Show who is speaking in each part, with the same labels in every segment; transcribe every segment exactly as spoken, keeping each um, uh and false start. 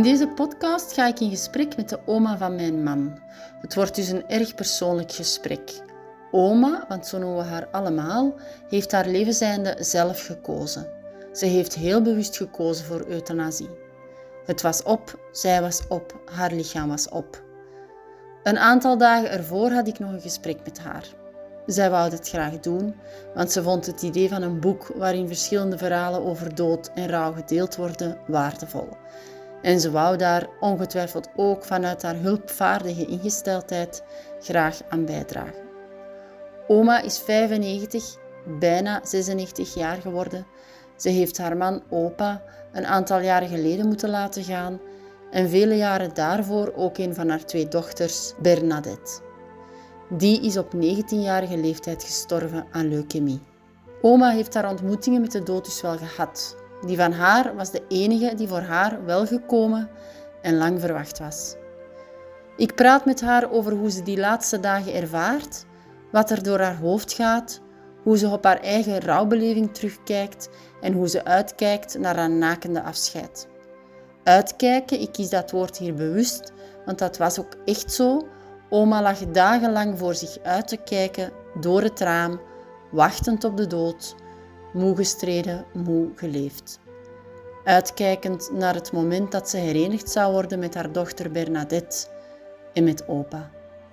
Speaker 1: deze podcast ga ik in gesprek met de oma van mijn man. Het wordt dus een erg persoonlijk gesprek. Oma, want zo noemen we haar allemaal, heeft haar levenseinde zelf gekozen. Ze heeft heel bewust gekozen voor euthanasie. Het was op, zij was op, haar lichaam was op. Een aantal dagen ervoor had ik nog een gesprek met haar. Zij wou het graag doen, want ze vond het idee van een boek waarin verschillende verhalen over dood en rouw gedeeld worden waardevol. En ze wou daar ongetwijfeld ook vanuit haar hulpvaardige ingesteldheid graag aan bijdragen. Oma is vijfennegentig, bijna zesennegentig jaar geworden. Ze heeft haar man opa een aantal jaren geleden moeten laten gaan en vele jaren daarvoor ook een van haar twee dochters, Bernadette. Die is op negentienjarige leeftijd gestorven aan leukemie. Oma heeft haar ontmoetingen met de dood dus wel gehad. Die van haar was de enige die voor haar wel gekomen en lang verwacht was. Ik praat met haar over hoe ze die laatste dagen ervaart, wat er door haar hoofd gaat, hoe ze op haar eigen rouwbeleving terugkijkt en hoe ze uitkijkt naar haar nakende afscheid. Uitkijken, ik kies dat woord hier bewust, want dat was ook echt zo. Oma lag dagenlang voor zich uit te kijken, door het raam, wachtend op de dood, moe gestreden, moe geleefd. Uitkijkend naar het moment dat ze herenigd zou worden met haar dochter Bernadette en met opa.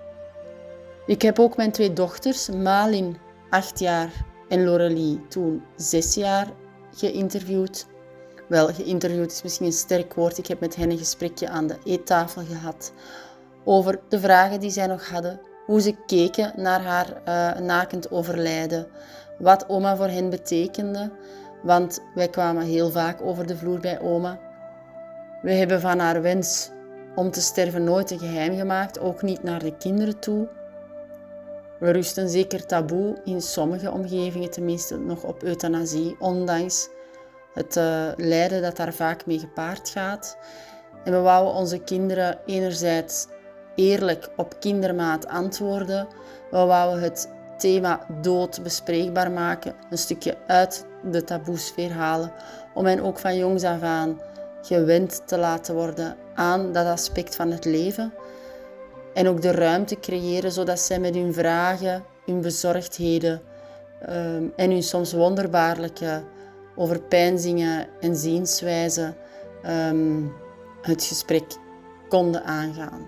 Speaker 1: Ik heb ook mijn twee dochters, Malin, acht jaar, en Lorelie, toen zes jaar, geïnterviewd. Wel, geïnterviewd is misschien een sterk woord. Ik heb met hen een gesprekje aan de eettafel gehad over de vragen die zij nog hadden, hoe ze keken naar haar uh, nakend overlijden, wat oma voor hen betekende, want wij kwamen heel vaak over de vloer bij oma. We hebben van haar wens om te sterven nooit een geheim gemaakt, ook niet naar de kinderen toe. Er rust een zeker taboe in sommige omgevingen, tenminste nog op euthanasie, ondanks het uh, lijden dat daar vaak mee gepaard gaat. En we wouden onze kinderen enerzijds eerlijk op kindermaat antwoorden. We wouden het thema dood bespreekbaar maken, een stukje uit de taboesfeer halen, om hen ook van jongs af aan gewend te laten worden aan dat aspect van het leven. En ook de ruimte creëren, zodat zij met hun vragen, hun bezorgdheden um, en hun soms wonderbaarlijke overpeinzingen en zienswijzen um, het gesprek konden aangaan.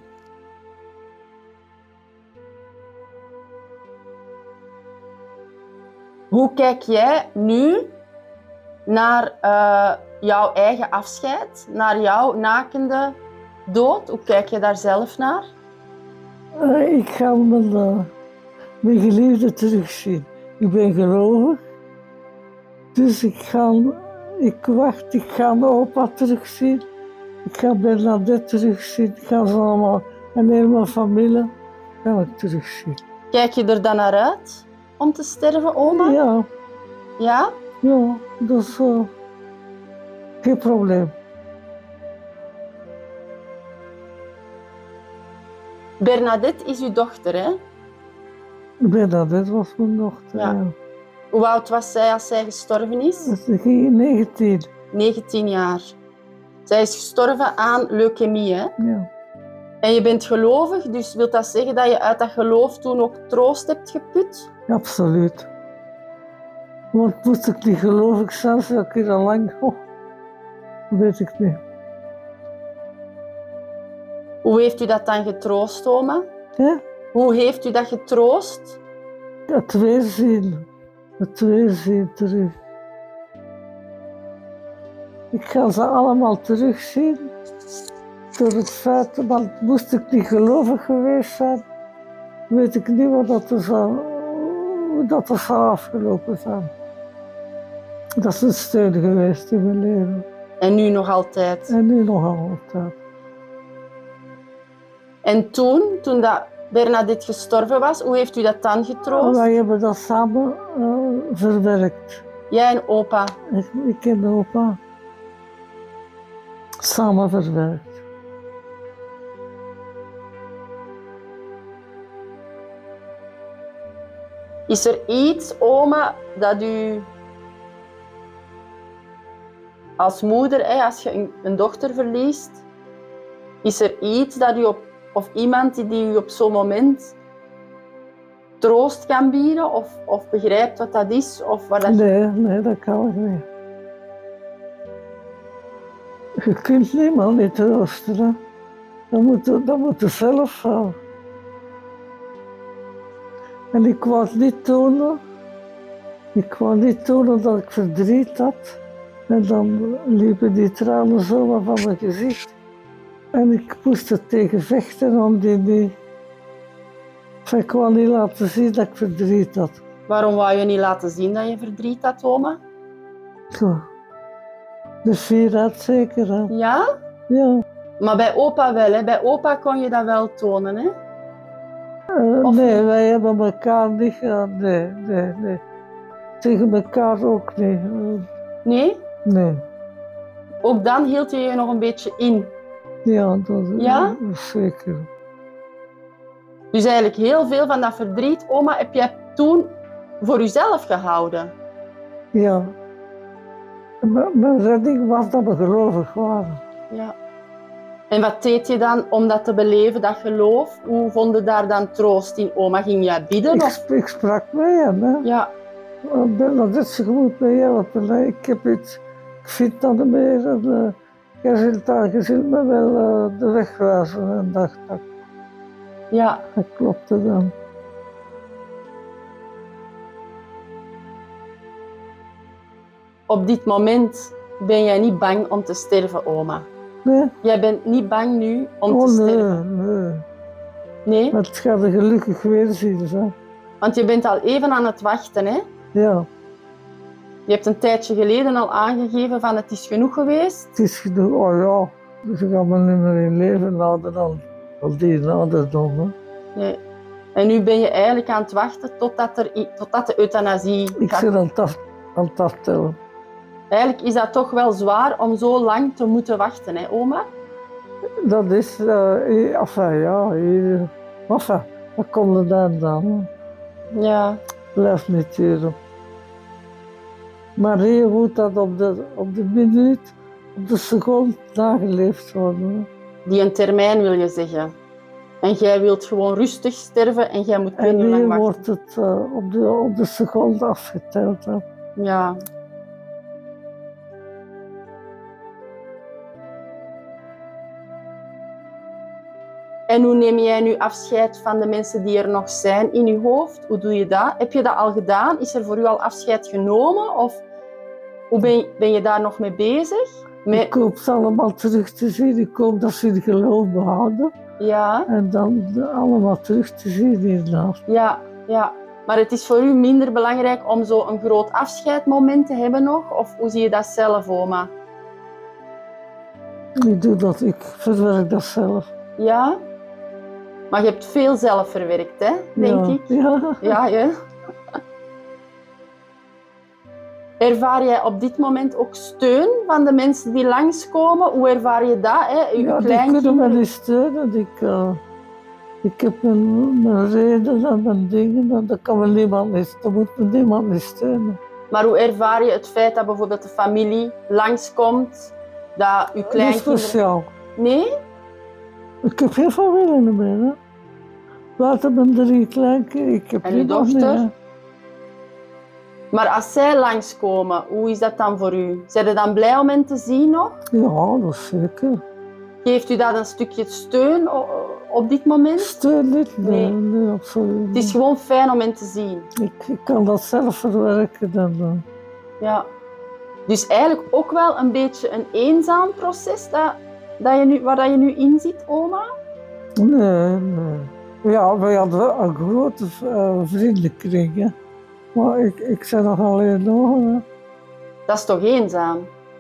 Speaker 1: Hoe kijk jij nu naar uh, jouw eigen afscheid, naar jouw nakende dood? Hoe kijk je daar zelf naar?
Speaker 2: Uh, ik ga mijn, uh, mijn geliefde terugzien. Ik ben gelovig, dus ik ga, ik wacht, ik ga opa terugzien. Ik ga Bernadette terugzien. Ik ga ze allemaal en heel mijn familie ga ik terugzien.
Speaker 1: Kijk je er dan naar uit om te sterven, oma?
Speaker 2: Ja.
Speaker 1: Ja?
Speaker 2: Ja, dat is uh, geen probleem.
Speaker 1: Bernadette is uw dochter, hè?
Speaker 2: Bernadette was mijn dochter, ja. ja.
Speaker 1: Hoe oud was zij als zij gestorven is?
Speaker 2: Dat is negentien.
Speaker 1: negentien jaar. Zij is gestorven aan leukemie, hè?
Speaker 2: Ja.
Speaker 1: En je bent gelovig, dus wil dat zeggen dat je uit dat geloof toen ook troost hebt geput?
Speaker 2: Absoluut. Want moest ik niet gelovig zijn, zou ik hier al lang... Oh, weet ik niet.
Speaker 1: Hoe heeft u dat dan getroost, oma?
Speaker 2: Ja?
Speaker 1: Hoe heeft u dat getroost?
Speaker 2: Het weerzien. Het weerzien terug. Ik ga ze allemaal terugzien. Door het feit, want moest ik niet gelovig geweest zijn, weet ik niet wat dat er zou, hoe dat er zou afgelopen zijn. Dat is een steun geweest in mijn leven.
Speaker 1: En nu nog altijd?
Speaker 2: En nu nog altijd.
Speaker 1: En toen, toen dat Bernadette gestorven was, hoe heeft u dat dan getroost?
Speaker 2: Wij hebben dat samen uh, verwerkt.
Speaker 1: Jij en opa?
Speaker 2: Ik, ik en opa. Samen verwerkt.
Speaker 1: Is er iets, oma, dat u als moeder, als je een dochter verliest, Is er iets dat u op, of iemand die, die u op zo'n moment troost kan bieden of, of begrijpt wat dat is? Of waar dat...
Speaker 2: Nee, nee, dat kan ik niet. Je kunt niemand niet troosten. Hè. Dat moet je, dat moet je zelf gaan. En ik wou het niet tonen. Ik wou niet tonen dat ik verdriet had. En dan liepen die tranen zomaar van mijn gezicht. En ik moest er tegen vechten om die niet... Ik wou niet laten zien dat ik verdriet had.
Speaker 1: Waarom wou je niet laten zien dat je verdriet had, oma?
Speaker 2: Zo. De vier had zeker aan.
Speaker 1: Ja?
Speaker 2: Ja.
Speaker 1: Maar bij opa wel, hè? Bij opa kon je dat wel tonen, hè?
Speaker 2: Uh,
Speaker 1: Of
Speaker 2: nee,
Speaker 1: niet?
Speaker 2: wij hebben elkaar niet gedaan. Nee, nee, nee. Tegen elkaar ook niet. Uh,
Speaker 1: Nee?
Speaker 2: nee.
Speaker 1: Ook dan hield je je nog een beetje in.
Speaker 2: Ja, dat
Speaker 1: Ja?
Speaker 2: is zeker.
Speaker 1: Dus eigenlijk heel veel van dat verdriet, oma, heb jij toen voor jezelf gehouden.
Speaker 2: Ja. M- mijn redding was dat we gelovig waren.
Speaker 1: Ja. En wat deed je dan om dat te beleven, dat geloof? Hoe vond je daar dan troost in, oma? Ging jij bidden?
Speaker 2: Ik,
Speaker 1: Of?
Speaker 2: sp- ik sprak mee hen, hè.
Speaker 1: Ja.
Speaker 2: Bernadette, je moet me helpen. Hè. Ik heb iets, ik vind dat niet meer. En, uh, jij zult daar, je zult me wel uh, de weg wijzen. En dat, dat,
Speaker 1: Ja.
Speaker 2: dat klopte dan.
Speaker 1: Op dit moment ben jij niet bang om te sterven, oma.
Speaker 2: Nee?
Speaker 1: Jij bent niet bang nu om
Speaker 2: Oh,
Speaker 1: te
Speaker 2: nee,
Speaker 1: sterven.
Speaker 2: nee.
Speaker 1: Nee?
Speaker 2: Maar het gaat er gelukkig weer zien. Hè.
Speaker 1: Want je bent al even aan het wachten, hè?
Speaker 2: Ja,
Speaker 1: Je hebt een tijdje geleden al aangegeven van het is genoeg geweest.
Speaker 2: het is genoeg. Oh ja, dus ik ga me niet meer in leven laten dan al die ouderdom. Hè.
Speaker 1: Nee. En nu ben je eigenlijk aan het wachten totdat, er, i- totdat de euthanasie
Speaker 2: Ik
Speaker 1: gaat.
Speaker 2: zit aan het, af, aan het aftellen.
Speaker 1: Eigenlijk is dat toch wel zwaar om zo lang te moeten wachten, hè, oma?
Speaker 2: Dat is, uh, enfin ja, hier, enfin, dat komt er dan dan.
Speaker 1: Ja.
Speaker 2: Blijft niet duren. Maar hier moet dat op de, op de minuut, op de seconde nageleefd worden.
Speaker 1: Die een termijn wil je zeggen. En jij wilt gewoon rustig sterven en jij moet
Speaker 2: En
Speaker 1: niet lang
Speaker 2: hier
Speaker 1: wachten.
Speaker 2: wordt het uh, op, de, op de seconde afgeteld. Hè.
Speaker 1: Ja. En hoe neem jij nu afscheid van de mensen die er nog zijn in je hoofd? Hoe doe je dat? Heb je dat al gedaan? Is er voor u al afscheid genomen? Of hoe ben je, ben je daar nog mee bezig? Met...
Speaker 2: Ik hoop ze allemaal terug te zien. Ik hoop dat ze het geloof behouden.
Speaker 1: Ja.
Speaker 2: En dan de, allemaal terug te zien hiernaast.
Speaker 1: Ja, ja. Maar het is voor u minder belangrijk om zo een groot afscheidmoment te hebben nog? Of hoe zie je dat zelf, oma?
Speaker 2: Ik doe dat, ik verwerk dat zelf.
Speaker 1: Ja? Maar je hebt veel zelf verwerkt, hè? Denk
Speaker 2: ja.
Speaker 1: ik.
Speaker 2: Ja.
Speaker 1: Ja, hè? Ervaar jij op dit moment ook steun van de mensen die langskomen? Hoe ervaar je dat, hè? Uw
Speaker 2: Ja, die
Speaker 1: kleinkinderen?
Speaker 2: kunnen me niet steunen. Ik, uh, ik heb mijn, mijn reden en mijn dingen en dat kan me niemand niet, dat moet me niemand niet steunen.
Speaker 1: Maar hoe ervaar je het feit dat bijvoorbeeld de familie langskomt, dat uw
Speaker 2: Dat is
Speaker 1: kleinkinderen...
Speaker 2: speciaal.
Speaker 1: Nee?
Speaker 2: Ik heb geen familie meer. Hè. Buiten mijn drie kleinkinderen, ik heb
Speaker 1: En uw
Speaker 2: niemand
Speaker 1: dochter?
Speaker 2: meer. Hè.
Speaker 1: Maar als zij langskomen, hoe is dat dan voor u? Zijn er dan blij om hen te zien nog?
Speaker 2: Ja, dat is zeker.
Speaker 1: Geeft u dat een stukje steun o- op dit moment?
Speaker 2: Steun niet? Nee,
Speaker 1: Nee.
Speaker 2: nee, absoluut
Speaker 1: Het is
Speaker 2: niet.
Speaker 1: gewoon fijn om hen te zien.
Speaker 2: Ik, ik kan dat zelf verwerken. En, uh,
Speaker 1: Ja. Dus eigenlijk ook wel een beetje een eenzaam proces dat, dat je nu, waar dat je nu in zit, oma?
Speaker 2: nee, nee. Ja, wij hadden wel een grote uh, vriendenkring. Hè. Maar ik, ik ben nog alleen nog. Hè.
Speaker 1: Dat is toch eenzaam?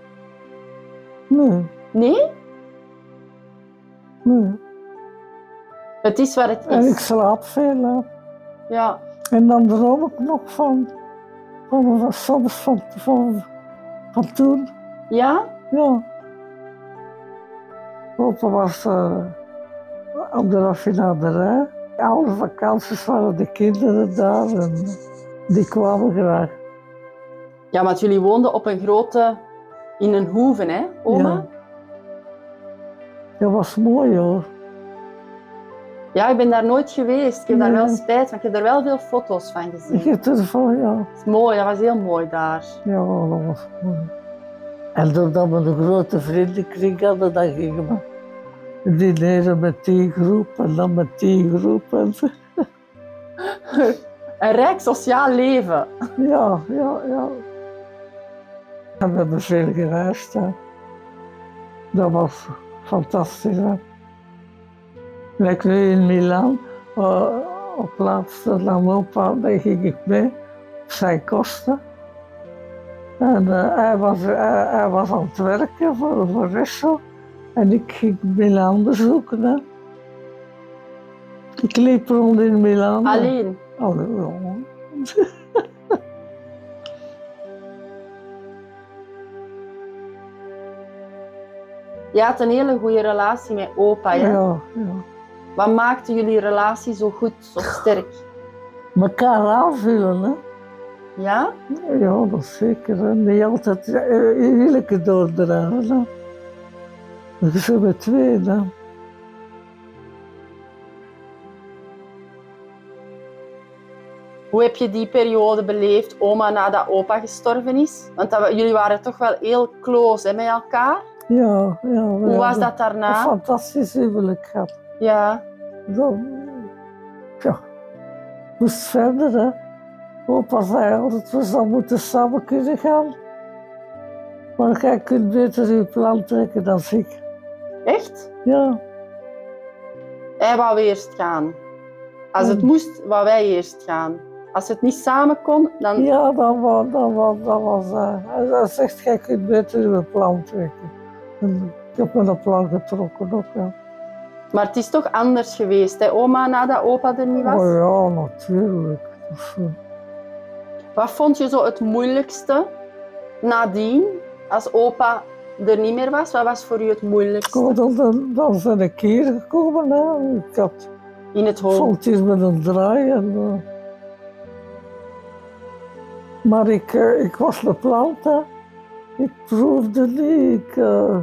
Speaker 2: Nee,
Speaker 1: Nee?
Speaker 2: nee.
Speaker 1: Het is wat het
Speaker 2: En ik
Speaker 1: is.
Speaker 2: slaap veel. Hè.
Speaker 1: Ja.
Speaker 2: En dan droom ik nog van, van, van soms van, van, van toen.
Speaker 1: Ja?
Speaker 2: Ja. Opa was uh, op de raffinaderij. Alle vakanties waren de kinderen daar en die kwamen graag.
Speaker 1: Ja, want jullie woonden op een grote... in een hoeve, hè, oma?
Speaker 2: Ja. Dat was mooi hoor.
Speaker 1: Ja, ik ben daar nooit geweest. Ik heb daar
Speaker 2: Nee.
Speaker 1: wel spijt van. Ik heb er wel veel foto's van
Speaker 2: Ik
Speaker 1: gezien.
Speaker 2: heb ervan, ja.
Speaker 1: Het is mooi, dat was heel mooi daar.
Speaker 2: Ja, dat was mooi. En doordat we een grote vriendenkring hadden, dan gingen we dineren met die groep en dan met die groep. En zo.
Speaker 1: Een rijk sociaal leven.
Speaker 2: Ja, ja, ja. En we hebben veel gereisd. Hè. Dat was fantastisch. Hè. Like nu in Milaan, uh, op laatste dan opa, daar ging ik mee, op zijn kosten. En uh, hij, was, hij, hij was aan het werken voor, voor Resso. En ik ging Milaan bezoeken. Hè. Ik liep rond in Milaan.
Speaker 1: Alleen.
Speaker 2: Allee, jongen.
Speaker 1: Je had een hele goede relatie met opa, hè?
Speaker 2: Ja, ja.
Speaker 1: Wat maakte jullie relatie zo goed, zo sterk?
Speaker 2: Mekaar aanvullen, hè?
Speaker 1: Ja?
Speaker 2: Ja, dat is zeker. Hè. Niet altijd uh, huwelijken doordragen. Hè. We zijn met twee. Hè.
Speaker 1: Hoe heb je die periode beleefd, oma, nadat opa gestorven is? Want dat, jullie waren toch wel heel close, hè, met elkaar?
Speaker 2: Ja, ja.
Speaker 1: Hoe was dat daarna?
Speaker 2: Een fantastisch huwelijk gehad.
Speaker 1: Ja.
Speaker 2: Dan, ja, moest verder, hè. Opa zei altijd, we zouden moeten samen kunnen gaan. Maar jij kunt beter je plan trekken dan ik.
Speaker 1: Echt?
Speaker 2: Ja.
Speaker 1: Hij wou eerst gaan. Als het moest, wou wij eerst gaan. Als het niet samen kon, dan...
Speaker 2: Ja, dat was, dat was, dat was uh, hij zegt, jij kunt beter je plan trekken. En ik heb me dat plan getrokken ook, ja.
Speaker 1: Maar het is toch anders geweest, hè, oma, nadat opa er niet was?
Speaker 2: Oh ja, natuurlijk. Dus, uh,
Speaker 1: Wat vond je zo het moeilijkste nadien, als opa er niet meer was? Wat was voor u het moeilijkste?
Speaker 2: dan, dan, dan zijn ik hier gekomen, hè. Ik had,
Speaker 1: In het hoofd?
Speaker 2: vond hier met een draai. En, uh, maar ik, uh, ik was beplant, hè. Ik proefde niet, ik, uh,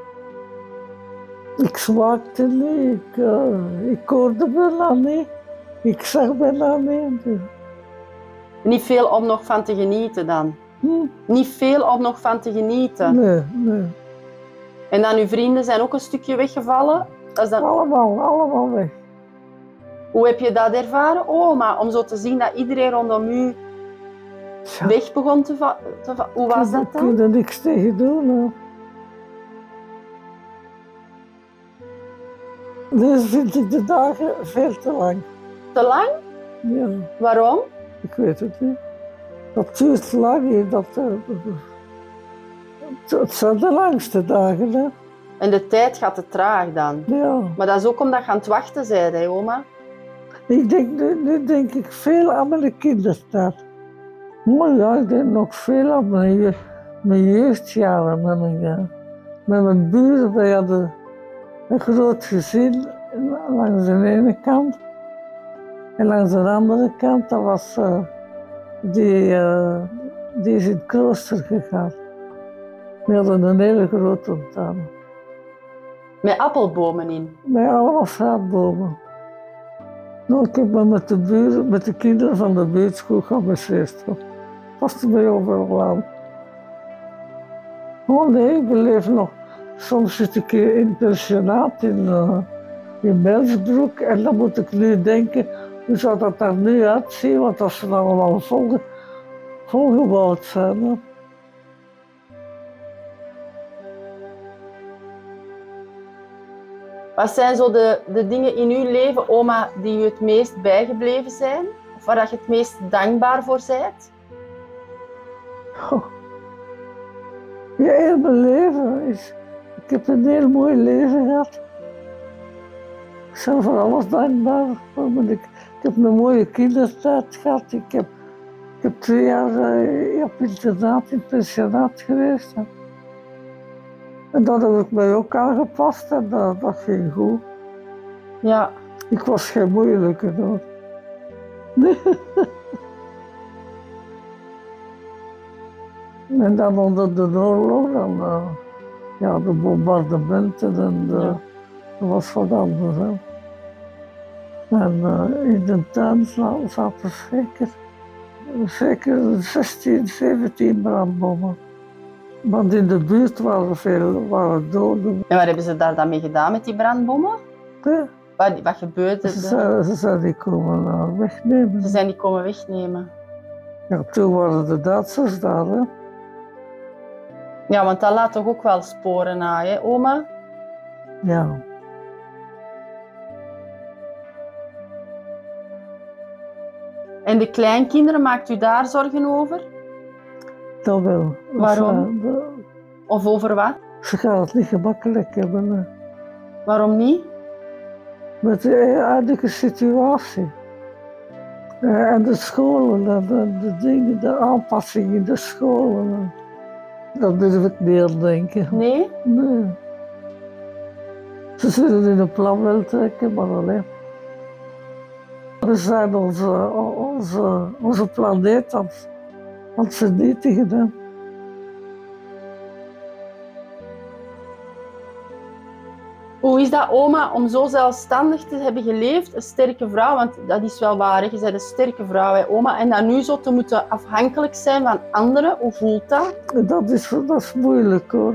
Speaker 2: ik smaakte niet, ik, uh, ik hoorde bijna niet, ik zag bijna niet. Dus.
Speaker 1: Niet veel om nog van te genieten dan?
Speaker 2: Hm?
Speaker 1: Niet veel om nog van te genieten?
Speaker 2: Nee, nee.
Speaker 1: En dan uw vrienden zijn ook een stukje weggevallen? Dat is dan...
Speaker 2: Allemaal, allemaal weg.
Speaker 1: Hoe heb je dat ervaren, oma? Om zo te zien dat iedereen rondom u
Speaker 2: Ja.
Speaker 1: weg begon te vallen? Va Hoe was dat
Speaker 2: Ik
Speaker 1: dan?
Speaker 2: kon er niks tegen doen. Hè. Dus vind ik de dagen veel te lang.
Speaker 1: Te lang?
Speaker 2: Ja,
Speaker 1: Waarom?
Speaker 2: ik weet het niet. Dat duurt lang. Dat, uh, het, het zijn de langste dagen. Hè.
Speaker 1: En de tijd gaat te traag dan.
Speaker 2: Ja.
Speaker 1: Maar dat is ook omdat je aan het wachten bent, hè, oma?
Speaker 2: Ik denk, nu, nu denk ik veel aan mijn kindertijd. Maar ja, ik denk nog veel aan mijn, je- mijn jeugdjaren. Met mijn, ja, met mijn buren, wij hadden een groot gezin langs de ene kant. En langs de andere kant, dat was, uh, die, uh, die is in het klooster gegaan. We hadden een hele grote tuin.
Speaker 1: Met appelbomen in.
Speaker 2: Met allemaal fruitbomen. Nou, ik heb me met de, buren, met de kinderen van de buurtschool geamuseerd. Was er mij overal aan. Oh nee, ik beleef nog. Soms zit ik in het pensionaat in, uh, in Melsbroek en dan moet ik nu denken, hoe zou dat daar nu uitzien? Want als ze dan allemaal vol, volgebouwd zijn. Hè.
Speaker 1: Wat zijn zo de, de dingen in uw leven, oma, die u het meest bijgebleven zijn? Of waar dat je het meest dankbaar voor bent?
Speaker 2: Oh. Ja, heel mijn leven is. Ik heb een heel mooi leven gehad. Ik ben voor alles dankbaar. Ik, ik heb een mooie kindertijd gehad. Ik heb, ik heb twee jaar uh, op internaat, in het pensionaat geweest. Hè. En dat heb ik mij ook aangepast en dat, dat ging goed.
Speaker 1: Ja.
Speaker 2: Ik was geen moeilijke hoor. Nee. En dan onder de oorlog, dan, uh, ja, de bombardementen en de,
Speaker 1: Ja.
Speaker 2: Dat was wat anders. Hè. En uh, in de tuin zaten zeker, zeker zestien, zeventien brandbommen. Want in de buurt waren veel waren doden.
Speaker 1: En wat hebben ze daar dan mee gedaan met die brandbommen?
Speaker 2: Ja.
Speaker 1: Wat, wat gebeurde er?
Speaker 2: Ze zijn, ze zijn die komen uh, wegnemen.
Speaker 1: Ze zijn die komen wegnemen.
Speaker 2: Ja, toen waren de Duitsers daar. Hè.
Speaker 1: Ja, want dat laat toch ook wel sporen na, hè, oma?
Speaker 2: Ja.
Speaker 1: En de kleinkinderen, maakt u daar zorgen over?
Speaker 2: Dat wel.
Speaker 1: Waarom?
Speaker 2: Ze, de,
Speaker 1: Of over wat?
Speaker 2: ze gaan het niet gemakkelijk hebben. Hè.
Speaker 1: Waarom niet?
Speaker 2: Met de huidige situatie. Uh, en de scholen, en de, de dingen, de aanpassingen in de scholen. Dat durf ik niet aan denken.
Speaker 1: Nee?
Speaker 2: Nee. Ze zullen in een plan wel trekken, maar alleen. We zijn onze, onze, onze planeet aan, aan het vernietigen. Hè.
Speaker 1: Hoe is dat, oma, om zo zelfstandig te hebben geleefd? Een sterke vrouw, want dat is wel waar, hè? Je bent een sterke vrouw, hè, oma. En dan nu zo te moeten afhankelijk zijn van anderen, hoe voelt dat?
Speaker 2: Dat is, dat is moeilijk hoor.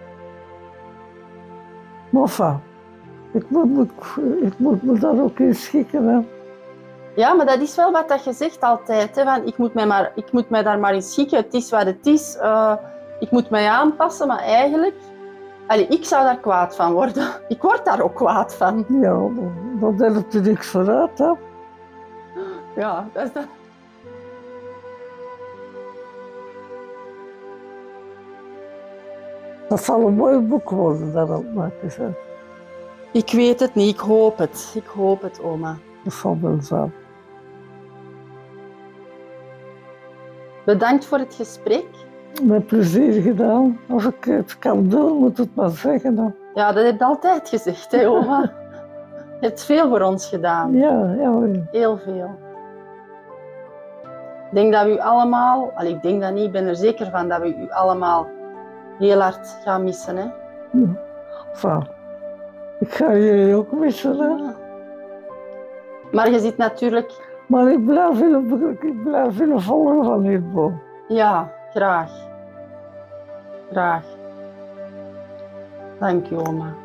Speaker 2: Maar enfin, ik moet, ik moet me daar ook in schikken. Hè.
Speaker 1: Ja, maar dat is wel wat dat je zegt altijd. Hè? Van, ik, moet mij maar, ik moet mij daar maar in schikken, het is wat het is. Uh, ik moet mij aanpassen, maar eigenlijk... Allee, ik zou daar kwaad van worden. Ik word daar ook kwaad van.
Speaker 2: Ja, dat helpt er niks vooruit, hè.
Speaker 1: Ja, dat is dat.
Speaker 2: Dat zal een mooi boek worden, daarop maken ze.
Speaker 1: Ik weet het niet, ik hoop het. Ik hoop het, oma.
Speaker 2: Dat zal wel zijn.
Speaker 1: Bedankt voor het gesprek.
Speaker 2: Met plezier gedaan. Als ik het kan doen, moet het maar zeggen. Dan.
Speaker 1: Ja, dat heb je altijd gezegd, hè, oma. Je hebt veel voor ons gedaan.
Speaker 2: Ja, ja.
Speaker 1: Heel veel. Ik denk dat we u allemaal... Allee, ik denk dat niet, ik ben er zeker van dat we u allemaal heel hard gaan missen, hè.
Speaker 2: Ja. Enfin, ik ga jullie ook missen, hè.
Speaker 1: Ja. Maar je zit natuurlijk...
Speaker 2: Maar ik blijf willen, ik blijf willen volgen van hierboven.
Speaker 1: Ja, graag. Graag. Dank u, oma.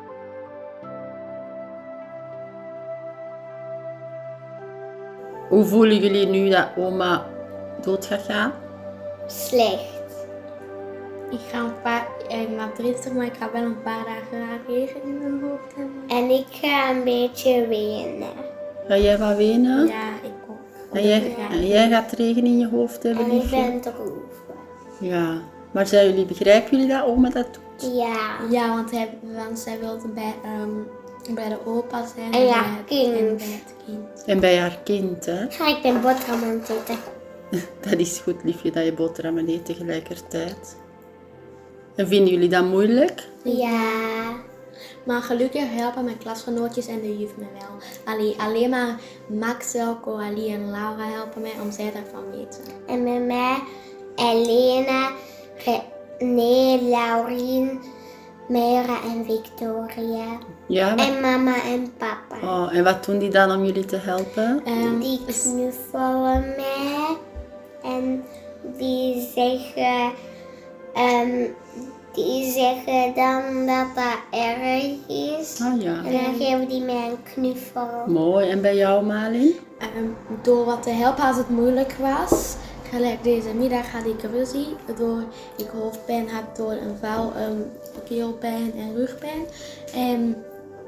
Speaker 1: Hoe voelen jullie nu dat oma dood gaat gaan?
Speaker 3: Slecht. Ik ga een paar, ik ben driftig, maar ik ga wel een paar dagen regen in mijn hoofd hebben. En ik ga een beetje wenen.
Speaker 1: Ga jij wat wenen?
Speaker 3: Ja, ik ook.
Speaker 1: En jij, en jij gaat regen in je hoofd hebben,
Speaker 3: En ik
Speaker 1: liefje?
Speaker 3: ben droef.
Speaker 1: Ja. Maar zijn jullie, begrijpen jullie dat oma dat doet?
Speaker 3: Ja. Ja, want, hij, want zij wilde bij, um, bij de opa zijn. En ja, bij het, kind.
Speaker 1: Mm.
Speaker 3: En bij het kind.
Speaker 1: En bij haar kind, hè?
Speaker 3: Ga ik een boterham aan het eten.
Speaker 1: Dat is goed, liefje, dat je boterhammen eet tegelijkertijd. En vinden jullie dat moeilijk?
Speaker 3: Ja. Maar gelukkig helpen mijn klasgenootjes en de juf me wel. Allee, alleen maar Maxwell, Coralie en Laura helpen mij om zij daarvan weten. En met mij Elena, René, Laurien, Mera en Victoria.
Speaker 1: Ja, wat...
Speaker 3: En mama en papa.
Speaker 1: Oh, en wat doen die dan om jullie te helpen?
Speaker 3: Um, die knuffelen mij en die zeggen, um, die zeggen dan dat dat erg is.
Speaker 1: Ah ja.
Speaker 3: En dan geven die mij een knuffel.
Speaker 1: Mooi. En bij jou, Malin?
Speaker 3: Um, door wat te helpen als het moeilijk was. Gelijk deze middag had ik ruzie. Door ik hoofdpijn had door een val, um, keelpijn en rugpijn. En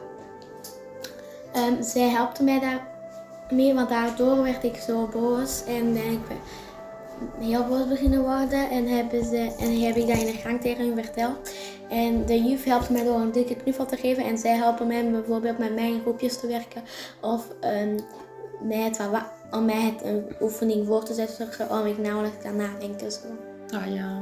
Speaker 3: um, zij helpte mij daarmee, want daardoor werd ik zo boos. En ben ik heel boos beginnen worden. En, hebben ze, en heb ik dat in de gang tegen hun verteld. En de juf helpt mij door een dikke knuffel te geven. En zij helpen mij bijvoorbeeld met mij in groepjes te werken. Of um, mij het, om mij het een oefening voor te zetten, om ik nauwelijks kan nadenken. Zo.
Speaker 1: Ah ja.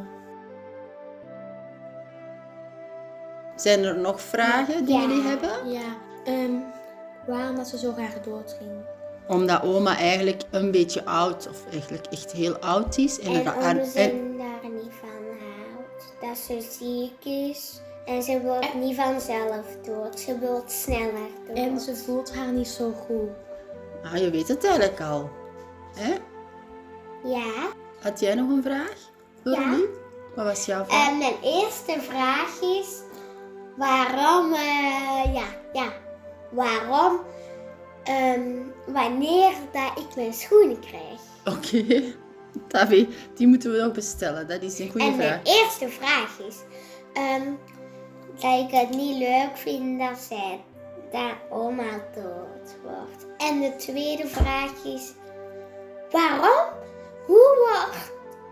Speaker 1: Zijn er nog vragen die
Speaker 3: Ja.
Speaker 1: jullie hebben?
Speaker 3: Ja. Um, waarom dat ze zo graag doodging?
Speaker 1: Omdat oma eigenlijk een beetje oud, of eigenlijk echt heel oud is.
Speaker 3: En
Speaker 1: er-
Speaker 3: omdat ze
Speaker 1: en-
Speaker 3: daar niet van houdt. Dat ze ziek is
Speaker 4: En ze wordt niet vanzelf dood. Ze wordt sneller dood.
Speaker 3: En ze voelt haar niet zo goed.
Speaker 1: Ah, je weet het eigenlijk al. Hè?
Speaker 4: Ja.
Speaker 1: Had jij nog een vraag? Laurelie? Wat was jouw vraag?
Speaker 4: En mijn eerste vraag is... Waarom... eh, ja, ja. Waarom... ehm, wanneer dat ik mijn schoenen krijg.
Speaker 1: Oké. Tavi, die moeten we nog bestellen. Dat is een goede
Speaker 4: En
Speaker 1: vraag.
Speaker 4: mijn eerste vraag is... ehm, dat ik het niet leuk vind dat zij... dat oma dood wordt. En de tweede vraag is... Waarom? Hoe wordt...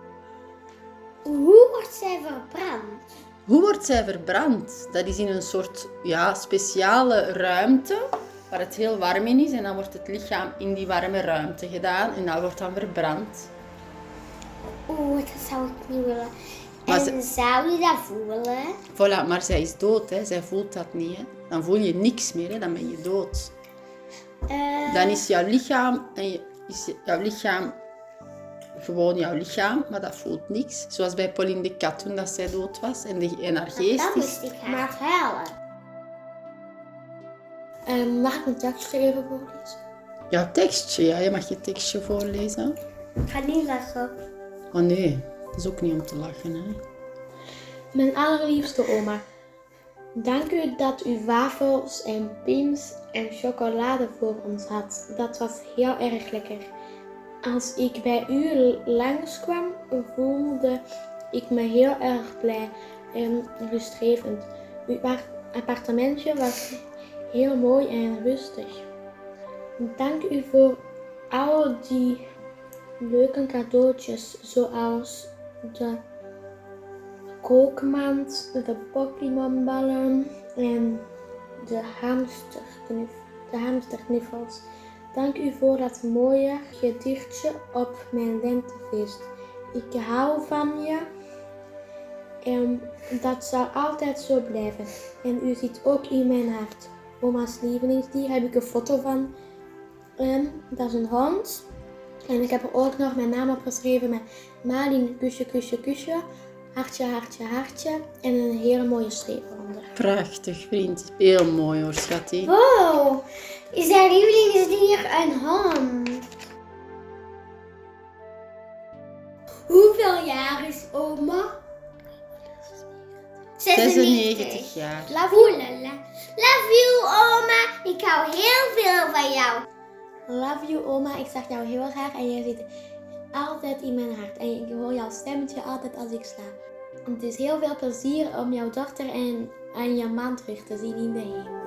Speaker 4: Hoe wordt zij verbrand?
Speaker 1: Hoe wordt zij verbrand? Dat is in een soort ja, speciale ruimte waar het heel warm in is. En dan wordt het lichaam in die warme ruimte gedaan en dat wordt dan verbrand.
Speaker 4: Oeh, dat zou ik niet willen.
Speaker 1: Maar
Speaker 4: En zou je dat voelen?
Speaker 1: Voilà, maar zij is dood, hè. Zij voelt dat niet. Hè. Dan voel je niks meer, hè. Dan ben je dood.
Speaker 4: Eh,
Speaker 1: Dan is jouw lichaam, en je, is jouw lichaam gewoon jouw lichaam, maar dat voelt niks. Zoals bij Pauline de Kat toen dat zij dood was en, de, en haar geest
Speaker 4: dan
Speaker 1: is.
Speaker 4: moest ik haar huilen.
Speaker 3: Um, mag ik mijn tekstje even voorlezen?
Speaker 1: Jouw tekstje, ja, je mag je tekstje voorlezen.
Speaker 4: Ik ga niet lachen.
Speaker 1: Oh nee, dat is ook niet om te lachen, hè.
Speaker 3: Mijn allerliefste oma. Dank u dat u wafels en pins en chocolade voor ons had. Dat was heel erg lekker. Als ik bij u langskwam, voelde ik me heel erg blij en rustgevend. Uw appartementje was heel mooi en rustig. Dank u voor al die leuke cadeautjes, zoals de kookmand, de Pokémonballen en de hamsterknuff, de hamsterknuffels. Dank u voor dat mooie gedichtje op mijn lentefeest. Ik hou van je en dat zal altijd zo blijven. En u zit ook in mijn hart. Oma's lievelingsdier heb ik een foto van. En dat is een hond. En ik heb er ook nog mijn naam op geschreven met Malin, kusje, kusje, kusje. Hartje, hartje, hartje. En een hele mooie streep eronder.
Speaker 1: Prachtig, vriend. Heel mooi hoor, schatje.
Speaker 4: Wow, is haar lievelingsdier een hond? Hoeveel jaar is oma?
Speaker 1: zesennegentig jaar.
Speaker 4: Love you, lala. Love you, oma. Ik hou heel veel van jou.
Speaker 3: Love you, oma. Ik zag jou heel graag en jij zit altijd in mijn hart. En ik hoor jouw stemmetje altijd als ik slaap. Het is heel veel plezier om jouw dochter en, en je man terug te zien in de hemel.